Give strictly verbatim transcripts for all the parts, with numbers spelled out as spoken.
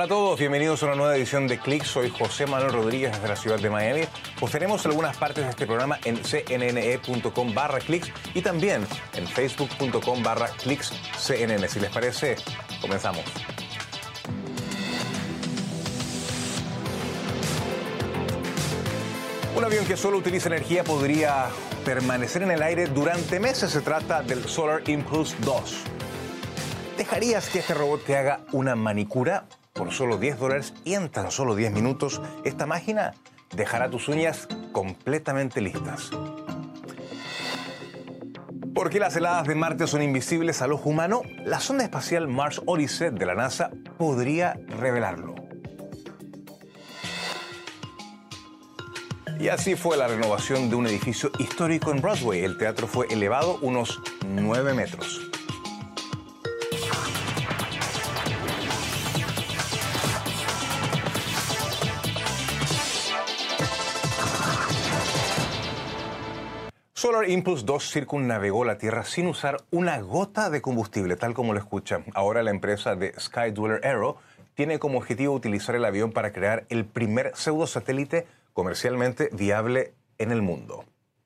Hola a todos, bienvenidos a una nueva edición de Click. Soy José Manuel Rodríguez desde la ciudad de Miami. Posteremos algunas partes de este programa en cnne.com barra clicks y también en facebook.com barra clicks cnn. Si les parece, comenzamos. Un avión que solo utiliza energía podría permanecer en el aire durante meses. Se trata del Solar Impulse dos. ¿Dejarías que este robot te haga una manicura por solo diez dólares y en tan solo diez minutos? Esta máquina dejará tus uñas completamente listas. ¿Por qué las heladas de Marte son invisibles al ojo humano? La sonda espacial Mars Odyssey de la NASA podría revelarlo. Y así fue la renovación de un edificio histórico en Broadway. El teatro fue elevado unos nueve metros. Solar Impulse dos circunnavegó la Tierra sin usar una gota de combustible, tal como lo escuchan. Ahora la empresa de Skydweller Aero tiene como objetivo utilizar el avión para crear el primer pseudosatélite comercialmente viable en el mundo.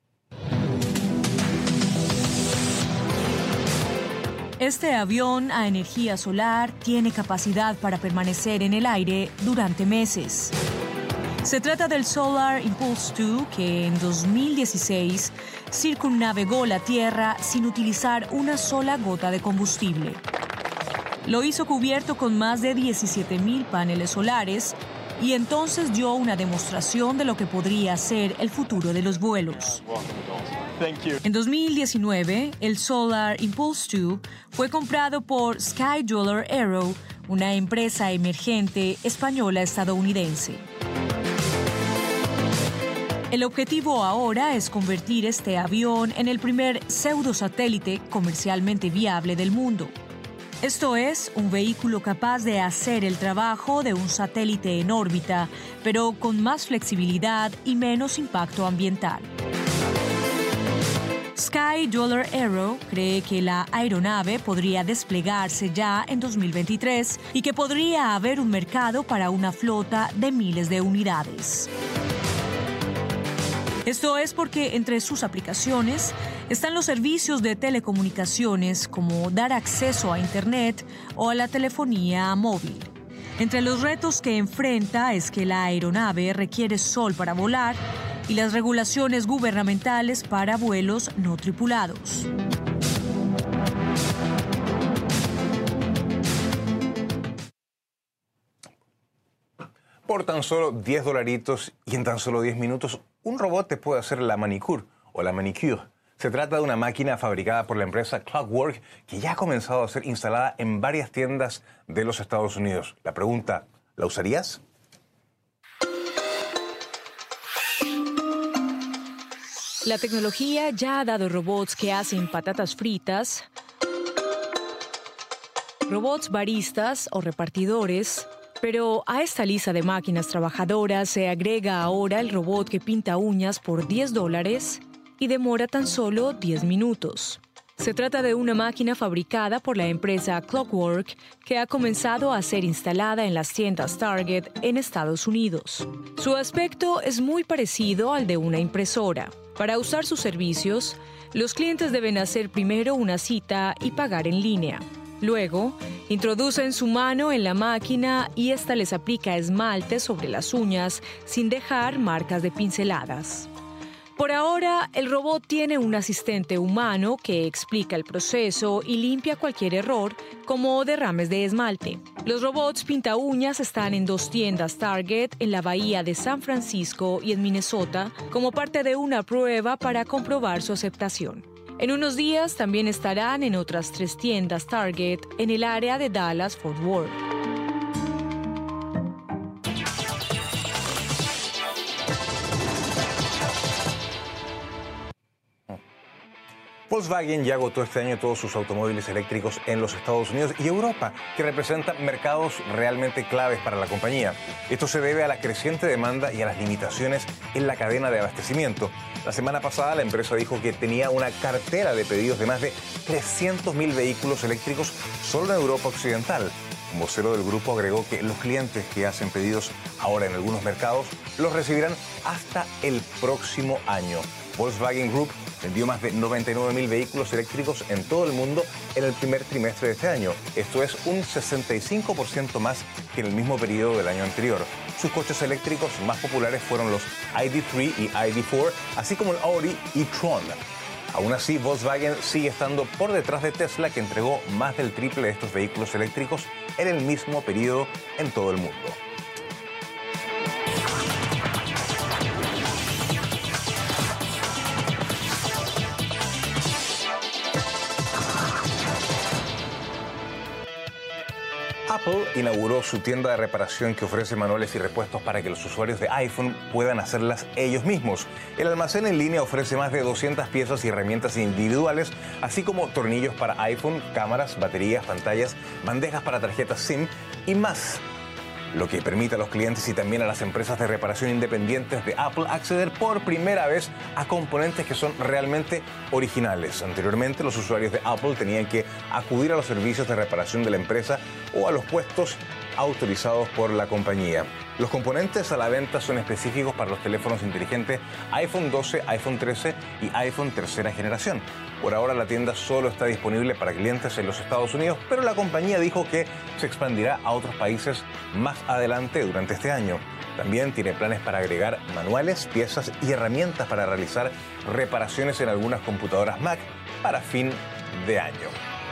Este avión a energía solar tiene capacidad para permanecer en el aire durante meses. Se trata del Solar Impulse dos, que en dos mil dieciséis circunnavegó la Tierra sin utilizar una sola gota de combustible. Lo hizo cubierto con más de diecisiete mil paneles solares y entonces dio una demostración de lo que podría ser el futuro de los vuelos. En dos mil diecinueve, el Solar Impulse dos fue comprado por Skydweller Aero, una empresa emergente española-estadounidense. El objetivo ahora es convertir este avión en el primer pseudosatélite comercialmente viable del mundo. Esto es, un vehículo capaz de hacer el trabajo de un satélite en órbita, pero con más flexibilidad y menos impacto ambiental. Skydweller Aero cree que la aeronave podría desplegarse ya en dos mil veintitrés y que podría haber un mercado para una flota de miles de unidades. Esto es porque entre sus aplicaciones están los servicios de telecomunicaciones como dar acceso a Internet o a la telefonía móvil. Entre los retos que enfrenta es que la aeronave requiere sol para volar y las regulaciones gubernamentales para vuelos no tripulados. Por tan solo diez dolaritos y en tan solo diez minutos, un robot te puede hacer la manicure o la manicure. Se trata de una máquina fabricada por la empresa Clockwork que ya ha comenzado a ser instalada en varias tiendas de los Estados Unidos. La pregunta, ¿la usarías? La tecnología ya ha dado robots que hacen patatas fritas, robots baristas o repartidores. Pero a esta lista de máquinas trabajadoras se agrega ahora el robot que pinta uñas por diez dólares y demora tan solo diez minutos. Se trata de una máquina fabricada por la empresa Clockwork que ha comenzado a ser instalada en las tiendas Target en Estados Unidos. Su aspecto es muy parecido al de una impresora. Para usar sus servicios, los clientes deben hacer primero una cita y pagar en línea. Luego, introducen su mano en la máquina y ésta les aplica esmalte sobre las uñas sin dejar marcas de pinceladas. Por ahora, el robot tiene un asistente humano que explica el proceso y limpia cualquier error, como derrames de esmalte. Los robots pinta uñas están en dos tiendas Target en la bahía de San Francisco y en Minnesota, como parte de una prueba para comprobar su aceptación. En unos días también estarán en otras tres tiendas Target en el área de Dallas-Fort Worth. Volkswagen ya agotó este año todos sus automóviles eléctricos en los Estados Unidos y Europa, que representan mercados realmente claves para la compañía. Esto se debe a la creciente demanda y a las limitaciones en la cadena de abastecimiento. La semana pasada la empresa dijo que tenía una cartera de pedidos de más de trescientos mil vehículos eléctricos solo en Europa Occidental. Un vocero del grupo agregó que los clientes que hacen pedidos ahora en algunos mercados los recibirán hasta el próximo año. Volkswagen Group vendió más de noventa y nueve mil vehículos eléctricos en todo el mundo en el primer trimestre de este año. Esto es un sesenta y cinco por ciento más que en el mismo periodo del año anterior. Sus coches eléctricos más populares fueron los I D tres y I D cuatro, así como el Audi e-tron. Aún así, Volkswagen sigue estando por detrás de Tesla, que entregó más del triple de estos vehículos eléctricos en el mismo periodo en todo el mundo. Apple inauguró su tienda de reparación que ofrece manuales y repuestos para que los usuarios de iPhone puedan hacerlas ellos mismos. El almacén en línea ofrece más de doscientas piezas y herramientas individuales, así como tornillos para iPhone, cámaras, baterías, pantallas, bandejas para tarjetas SIM y más, lo que permite a los clientes y también a las empresas de reparación independientes de Apple acceder por primera vez a componentes que son realmente originales. Anteriormente, los usuarios de Apple tenían que acudir a los servicios de reparación de la empresa o a los puestos autorizados por la compañía. Los componentes a la venta son específicos para los teléfonos inteligentes iPhone doce, iPhone trece y iPhone tercera generación. Por ahora la tienda solo está disponible para clientes en los Estados Unidos, pero la compañía dijo que se expandirá a otros países más adelante durante este año. También tiene planes para agregar manuales, piezas y herramientas para realizar reparaciones en algunas computadoras Mac para fin de año.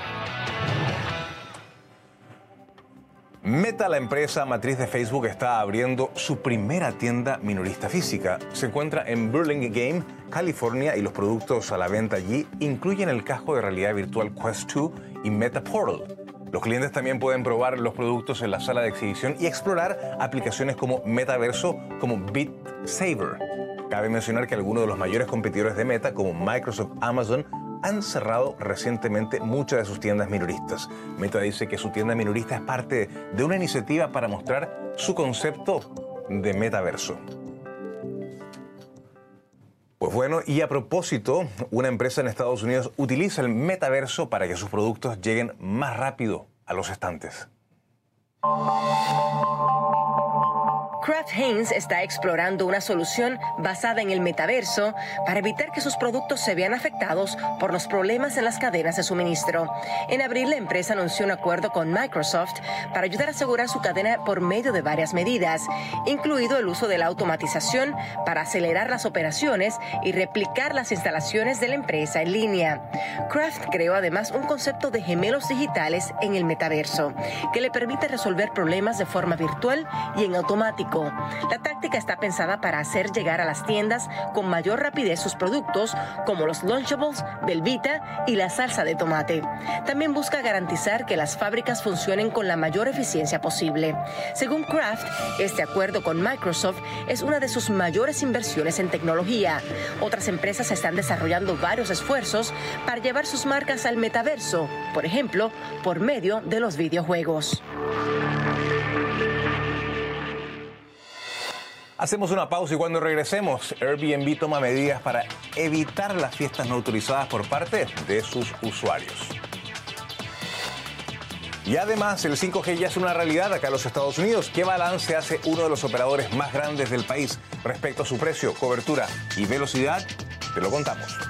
Meta, la empresa matriz de Facebook, está abriendo su primera tienda minorista física. Se encuentra en Burlingame, California, y los productos a la venta allí incluyen el casco de realidad virtual Quest dos y Meta Portal. Los clientes también pueden probar los productos en la sala de exhibición y explorar aplicaciones como Metaverso, como Beat Saber. Cabe mencionar que algunos de los mayores competidores de Meta, como Microsoft, Amazon, han cerrado recientemente muchas de sus tiendas minoristas. Meta dice que su tienda minorista es parte de una iniciativa para mostrar su concepto de metaverso. Pues bueno, y a propósito, una empresa en Estados Unidos utiliza el metaverso para que sus productos lleguen más rápido a los estantes. Kraft Heinz está explorando una solución basada en el metaverso para evitar que sus productos se vean afectados por los problemas en las cadenas de suministro. En abril, la empresa anunció un acuerdo con Microsoft para ayudar a asegurar su cadena por medio de varias medidas, incluido el uso de la automatización para acelerar las operaciones y replicar las instalaciones de la empresa en línea. Kraft creó además un concepto de gemelos digitales en el metaverso, que le permite resolver problemas de forma virtual y en automático. La táctica está pensada para hacer llegar a las tiendas con mayor rapidez sus productos, como los Lunchables, Belvita y la salsa de tomate. También busca garantizar que las fábricas funcionen con la mayor eficiencia posible. Según Kraft, este acuerdo con Microsoft es una de sus mayores inversiones en tecnología. Otras empresas están desarrollando varios esfuerzos para llevar sus marcas al metaverso, por ejemplo, por medio de los videojuegos. Hacemos una pausa y cuando regresemos, Airbnb toma medidas para evitar las fiestas no autorizadas por parte de sus usuarios. Y además, el cinco G ya es una realidad acá en los Estados Unidos. ¿Qué balance hace uno de los operadores más grandes del país respecto a su precio, cobertura y velocidad? Te lo contamos.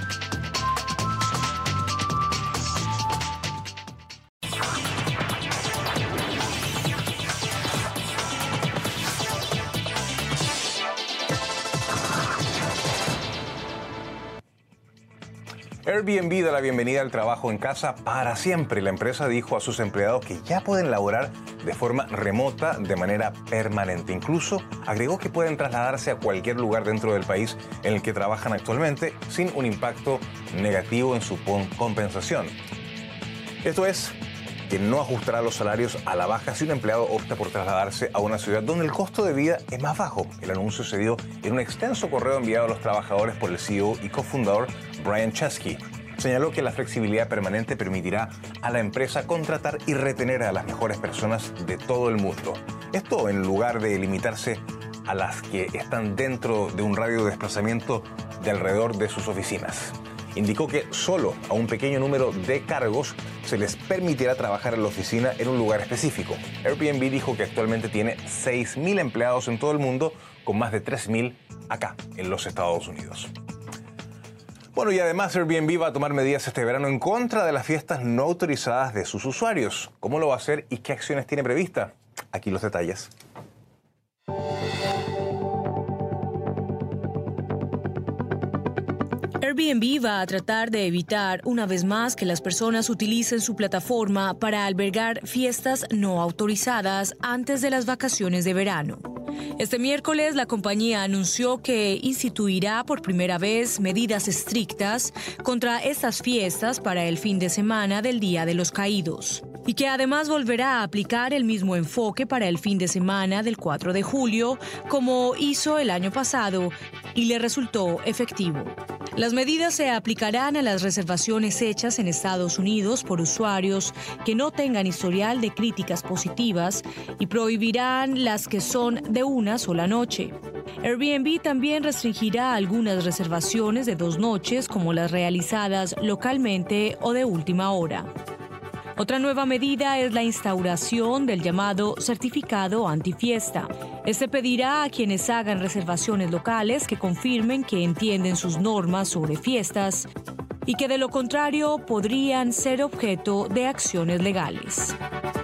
Airbnb da la bienvenida al trabajo en casa para siempre. La empresa dijo a sus empleados que ya pueden laborar de forma remota de manera permanente. Incluso agregó que pueden trasladarse a cualquier lugar dentro del país en el que trabajan actualmente sin un impacto negativo en su compensación. Esto es, que no ajustará los salarios a la baja si un empleado opta por trasladarse a una ciudad donde el costo de vida es más bajo. El anuncio se dio en un extenso correo enviado a los trabajadores por el C E O y cofundador Brian Chesky. Señaló que la flexibilidad permanente permitirá a la empresa contratar y retener a las mejores personas de todo el mundo. Esto en lugar de limitarse a las que están dentro de un radio de desplazamiento de alrededor de sus oficinas. indicó que solo a un pequeño número de cargos se les permitirá trabajar en la oficina en un lugar específico. Airbnb dijo que actualmente tiene seis mil empleados en todo el mundo, con más de tres mil acá, en los Estados Unidos. Bueno, y además Airbnb va a tomar medidas este verano en contra de las fiestas no autorizadas de sus usuarios. ¿Cómo lo va a hacer y qué acciones tiene prevista? Aquí los detalles. Airbnb va a tratar de evitar una vez más que las personas utilicen su plataforma para albergar fiestas no autorizadas antes de las vacaciones de verano. Este miércoles, la compañía anunció que instituirá por primera vez medidas estrictas contra estas fiestas para el fin de semana del Día de los Caídos, y que además volverá a aplicar el mismo enfoque para el fin de semana del cuatro de julio, como hizo el año pasado, y le resultó efectivo. Las medidas se aplicarán a las reservaciones hechas en Estados Unidos por usuarios que no tengan historial de críticas positivas y prohibirán las que son de una sola noche. Airbnb también restringirá algunas reservaciones de dos noches, como las realizadas localmente o de última hora. Otra nueva medida es la instauración del llamado certificado antifiesta. Este pedirá a quienes hagan reservaciones locales que confirmen que entienden sus normas sobre fiestas y que de lo contrario podrían ser objeto de acciones legales.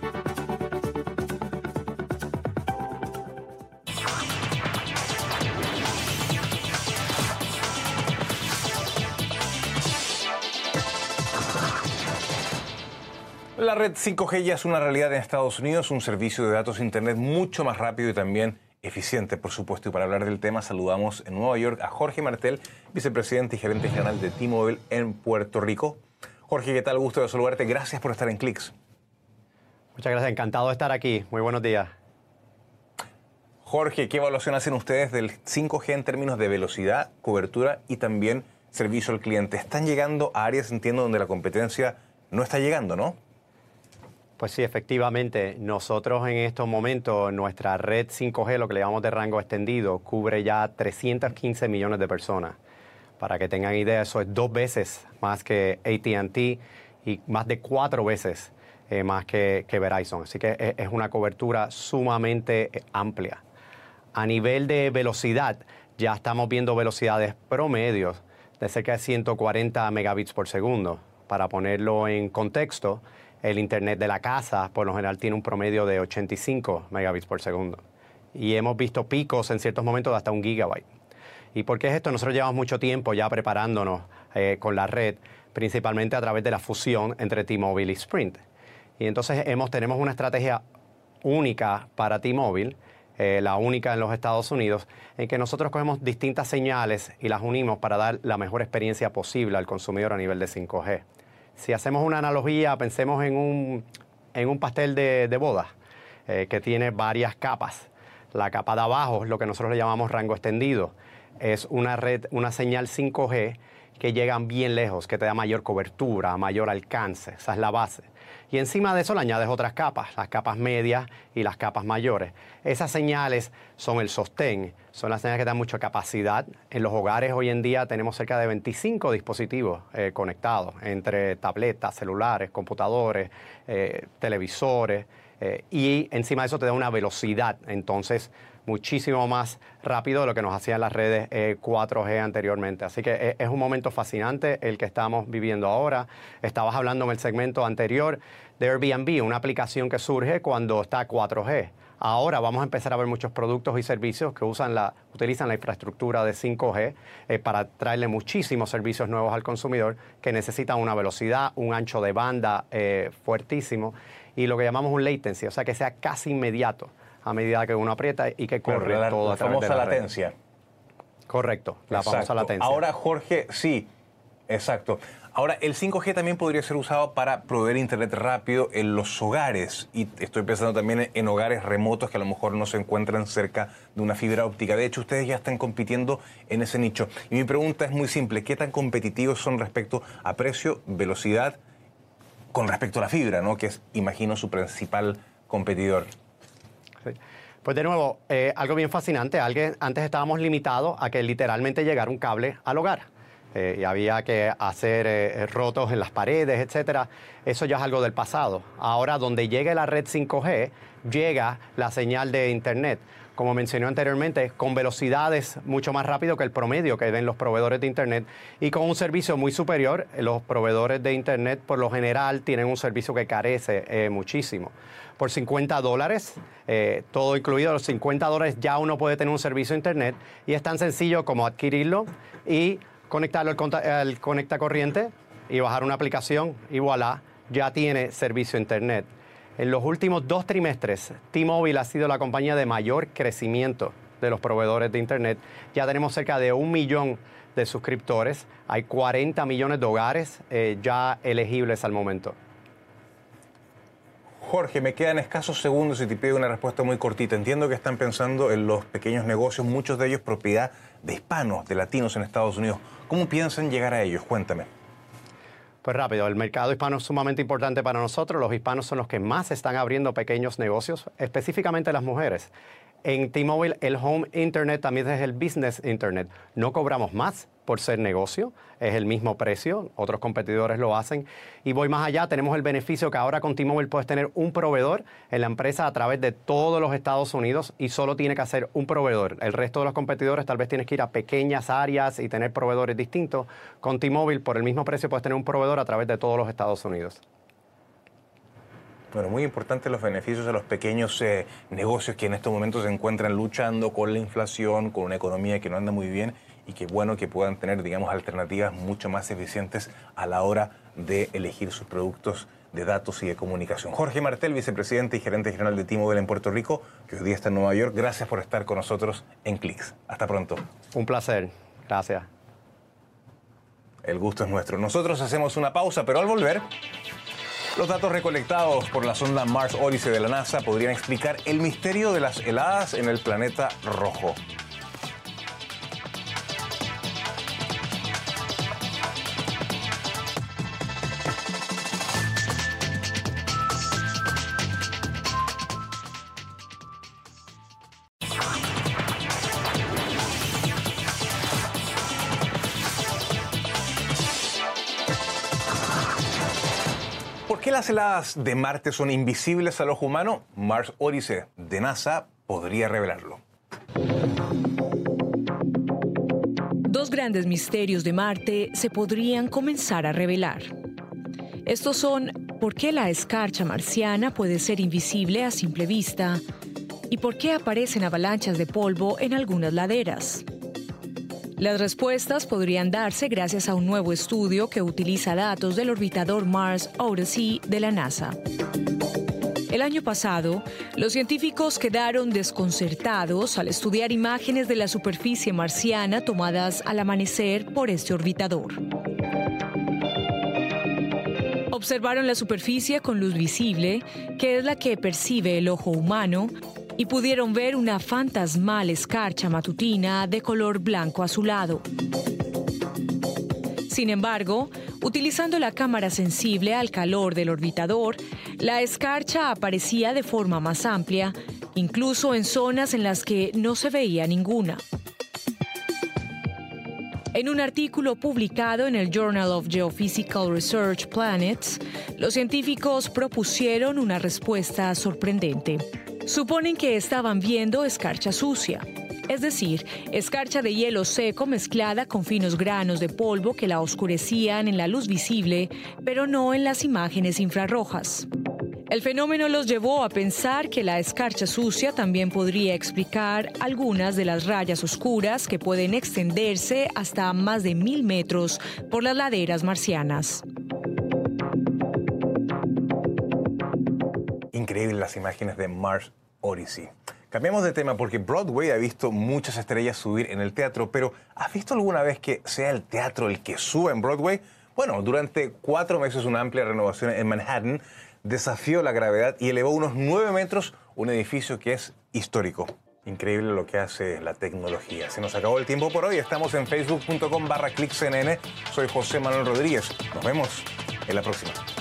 La red cinco G ya es una realidad en Estados Unidos, un servicio de datos internet mucho más rápido y también eficiente, por supuesto. Y para hablar del tema saludamos en Nueva York a Jorge Martel, vicepresidente y gerente general de T-Mobile en Puerto Rico. Jorge, ¿qué tal? Gusto de saludarte. Gracias por estar en Clicks. Muchas gracias, encantado de estar aquí. Muy buenos días. Jorge, ¿qué evaluación hacen ustedes del cinco G en términos de velocidad, cobertura y también servicio al cliente? ¿Están llegando a áreas, entiendo, donde la competencia no está llegando, no? Pues sí, efectivamente, nosotros en estos momentos, nuestra red cinco G, lo que le llamamos de rango extendido, cubre ya trescientos quince millones de personas. Para que tengan idea, eso es dos veces más que A T and T y más de cuatro veces eh, más que, que Verizon. Así que es, es una cobertura sumamente amplia. A nivel de velocidad, ya estamos viendo velocidades promedios de cerca de ciento cuarenta megabits por segundo. Para ponerlo en contexto, el Internet de la casa, por lo general, tiene un promedio de ochenta y cinco megabits por segundo. Y hemos visto picos en ciertos momentos de hasta un gigabyte. ¿Y por qué es esto? Nosotros llevamos mucho tiempo ya preparándonos eh, con la red, principalmente a través de la fusión entre T-Mobile y Sprint. Y entonces hemos, tenemos una estrategia única para T-Mobile, eh, la única en los Estados Unidos, en que nosotros cogemos distintas señales y las unimos para dar la mejor experiencia posible al consumidor a nivel de cinco G. Si hacemos una analogía, pensemos en un, en un pastel de, de boda eh, que tiene varias capas. La capa de abajo es lo que nosotros le llamamos rango extendido. Es una red, una señal cinco G que llegan bien lejos, que te da mayor cobertura, mayor alcance. Esa es la base. Y encima de eso le añades otras capas, las capas medias y las capas mayores. Esas señales son el sostén, son las señales que dan mucha capacidad. En los hogares hoy en día tenemos cerca de veinticinco dispositivos eh, conectados, entre tabletas, celulares, computadores, eh, televisores, eh, y encima de eso te da una velocidad, entonces muchísimo más rápido de lo que nos hacían las redes eh, cuatro G anteriormente. Así que es, es un momento fascinante el que estamos viviendo ahora. Estabas hablando en el segmento anterior de Airbnb, una aplicación que surge cuando está cuatro G. Ahora vamos a empezar a ver muchos productos y servicios que usan la, utilizan la infraestructura de cinco G eh, para traerle muchísimos servicios nuevos al consumidor que necesitan una velocidad, un ancho de banda eh, fuertísimo y lo que llamamos un latency, o sea que sea casi inmediato a medida que uno aprieta y que corre la, todo la a través de la famosa red. latencia. Correcto, la Exacto. famosa latencia. Ahora, Jorge, sí, exacto. Ahora, el cinco G también podría ser usado para proveer internet rápido en los hogares. Y estoy pensando también en hogares remotos que a lo mejor no se encuentran cerca de una fibra óptica. De hecho, ustedes ya están compitiendo en ese nicho. Y mi pregunta es muy simple. ¿Qué tan competitivos son respecto a precio, velocidad, con respecto a la fibra, ¿no? Que es, imagino, su principal competidor? Sí. Pues de nuevo, eh, algo bien fascinante. Alguien, antes estábamos limitados a que literalmente llegara un cable al hogar. eh, y había que hacer eh, rotos en las paredes, etcétera. Eso ya es algo del pasado. Ahora, donde llegue la red cinco G, llega la señal de Internet. Como mencioné anteriormente, con velocidades mucho más rápido que el promedio que den los proveedores de Internet y con un servicio muy superior. Los proveedores de Internet, por lo general, tienen un servicio que carece eh, muchísimo. Por cincuenta dólares, eh, todo incluido, los cincuenta dólares ya uno puede tener un servicio de Internet y es tan sencillo como adquirirlo y conectarlo al, conta al conectacorriente y bajar una aplicación y voilà, ya tiene servicio de Internet. En los últimos dos trimestres, T-Mobile ha sido la compañía de mayor crecimiento de los proveedores de Internet. Ya tenemos cerca de un millón de suscriptores. Hay cuarenta millones de hogares eh, ya elegibles al momento. Jorge, me quedan escasos segundos y te pido una respuesta muy cortita. Entiendo que están pensando en los pequeños negocios, muchos de ellos propiedad de hispanos, de latinos en Estados Unidos. ¿Cómo piensan llegar a ellos? Cuéntame. Pues rápido, el mercado hispano es sumamente importante para nosotros. Los hispanos son los que más están abriendo pequeños negocios, específicamente las mujeres. En T-Mobile, el Home Internet también es el Business Internet. No cobramos más por ser negocio, es el mismo precio, otros competidores lo hacen. Y voy más allá, tenemos el beneficio que ahora con T-Mobile puedes tener un proveedor en la empresa a través de todos los Estados Unidos y solo tiene que hacer un proveedor. El resto de los competidores tal vez tienes que ir a pequeñas áreas y tener proveedores distintos. Con T-Mobile, por el mismo precio, puedes tener un proveedor a través de todos los Estados Unidos. Bueno, muy importantes los beneficios a los pequeños eh, negocios que en estos momentos se encuentran luchando con la inflación, con una economía que no anda muy bien y que bueno que puedan tener, digamos, alternativas mucho más eficientes a la hora de elegir sus productos de datos y de comunicación. Jorge Martel, vicepresidente y gerente general de T-Mobile en Puerto Rico, que hoy día está en Nueva York. Gracias por estar con nosotros en Clicks. Hasta pronto. Un placer. Gracias. El gusto es nuestro. Nosotros hacemos una pausa, pero al volver, los datos recolectados por la sonda Mars Odyssey de la NASA podrían explicar el misterio de las heladas en el planeta rojo. ¿Por qué las heladas de Marte son invisibles al ojo humano? Mars Odyssey de NASA podría revelarlo. Dos grandes misterios de Marte se podrían comenzar a revelar. Estos son por qué la escarcha marciana puede ser invisible a simple vista y por qué aparecen avalanchas de polvo en algunas laderas. Las respuestas podrían darse gracias a un nuevo estudio que utiliza datos del orbitador Mars Odyssey de la NASA. El año pasado, los científicos quedaron desconcertados al estudiar imágenes de la superficie marciana tomadas al amanecer por este orbitador. Observaron la superficie con luz visible, que es la que percibe el ojo humano, y pudieron ver una fantasmal escarcha matutina de color blanco azulado. Sin embargo, utilizando la cámara sensible al calor del orbitador, la escarcha aparecía de forma más amplia, incluso en zonas en las que no se veía ninguna. En un artículo publicado en el Journal of Geophysical Research Planets, los científicos propusieron una respuesta sorprendente. Suponen que estaban viendo escarcha sucia, es decir, escarcha de hielo seco mezclada con finos granos de polvo que la oscurecían en la luz visible, pero no en las imágenes infrarrojas. El fenómeno los llevó a pensar que la escarcha sucia también podría explicar algunas de las rayas oscuras que pueden extenderse hasta más de mil metros por las laderas marcianas. Increíbles las imágenes de Mars Odyssey. Cambiamos de tema porque Broadway ha visto muchas estrellas subir en el teatro, pero ¿has visto alguna vez que sea el teatro el que suba en Broadway? Bueno, durante cuatro meses una amplia renovación en Manhattan desafió la gravedad y elevó unos nueve metros un edificio que es histórico. Increíble lo que hace la tecnología. Se nos acabó el tiempo por hoy. Estamos en facebook punto com barra click C N N. Soy José Manuel Rodríguez. Nos vemos en la próxima.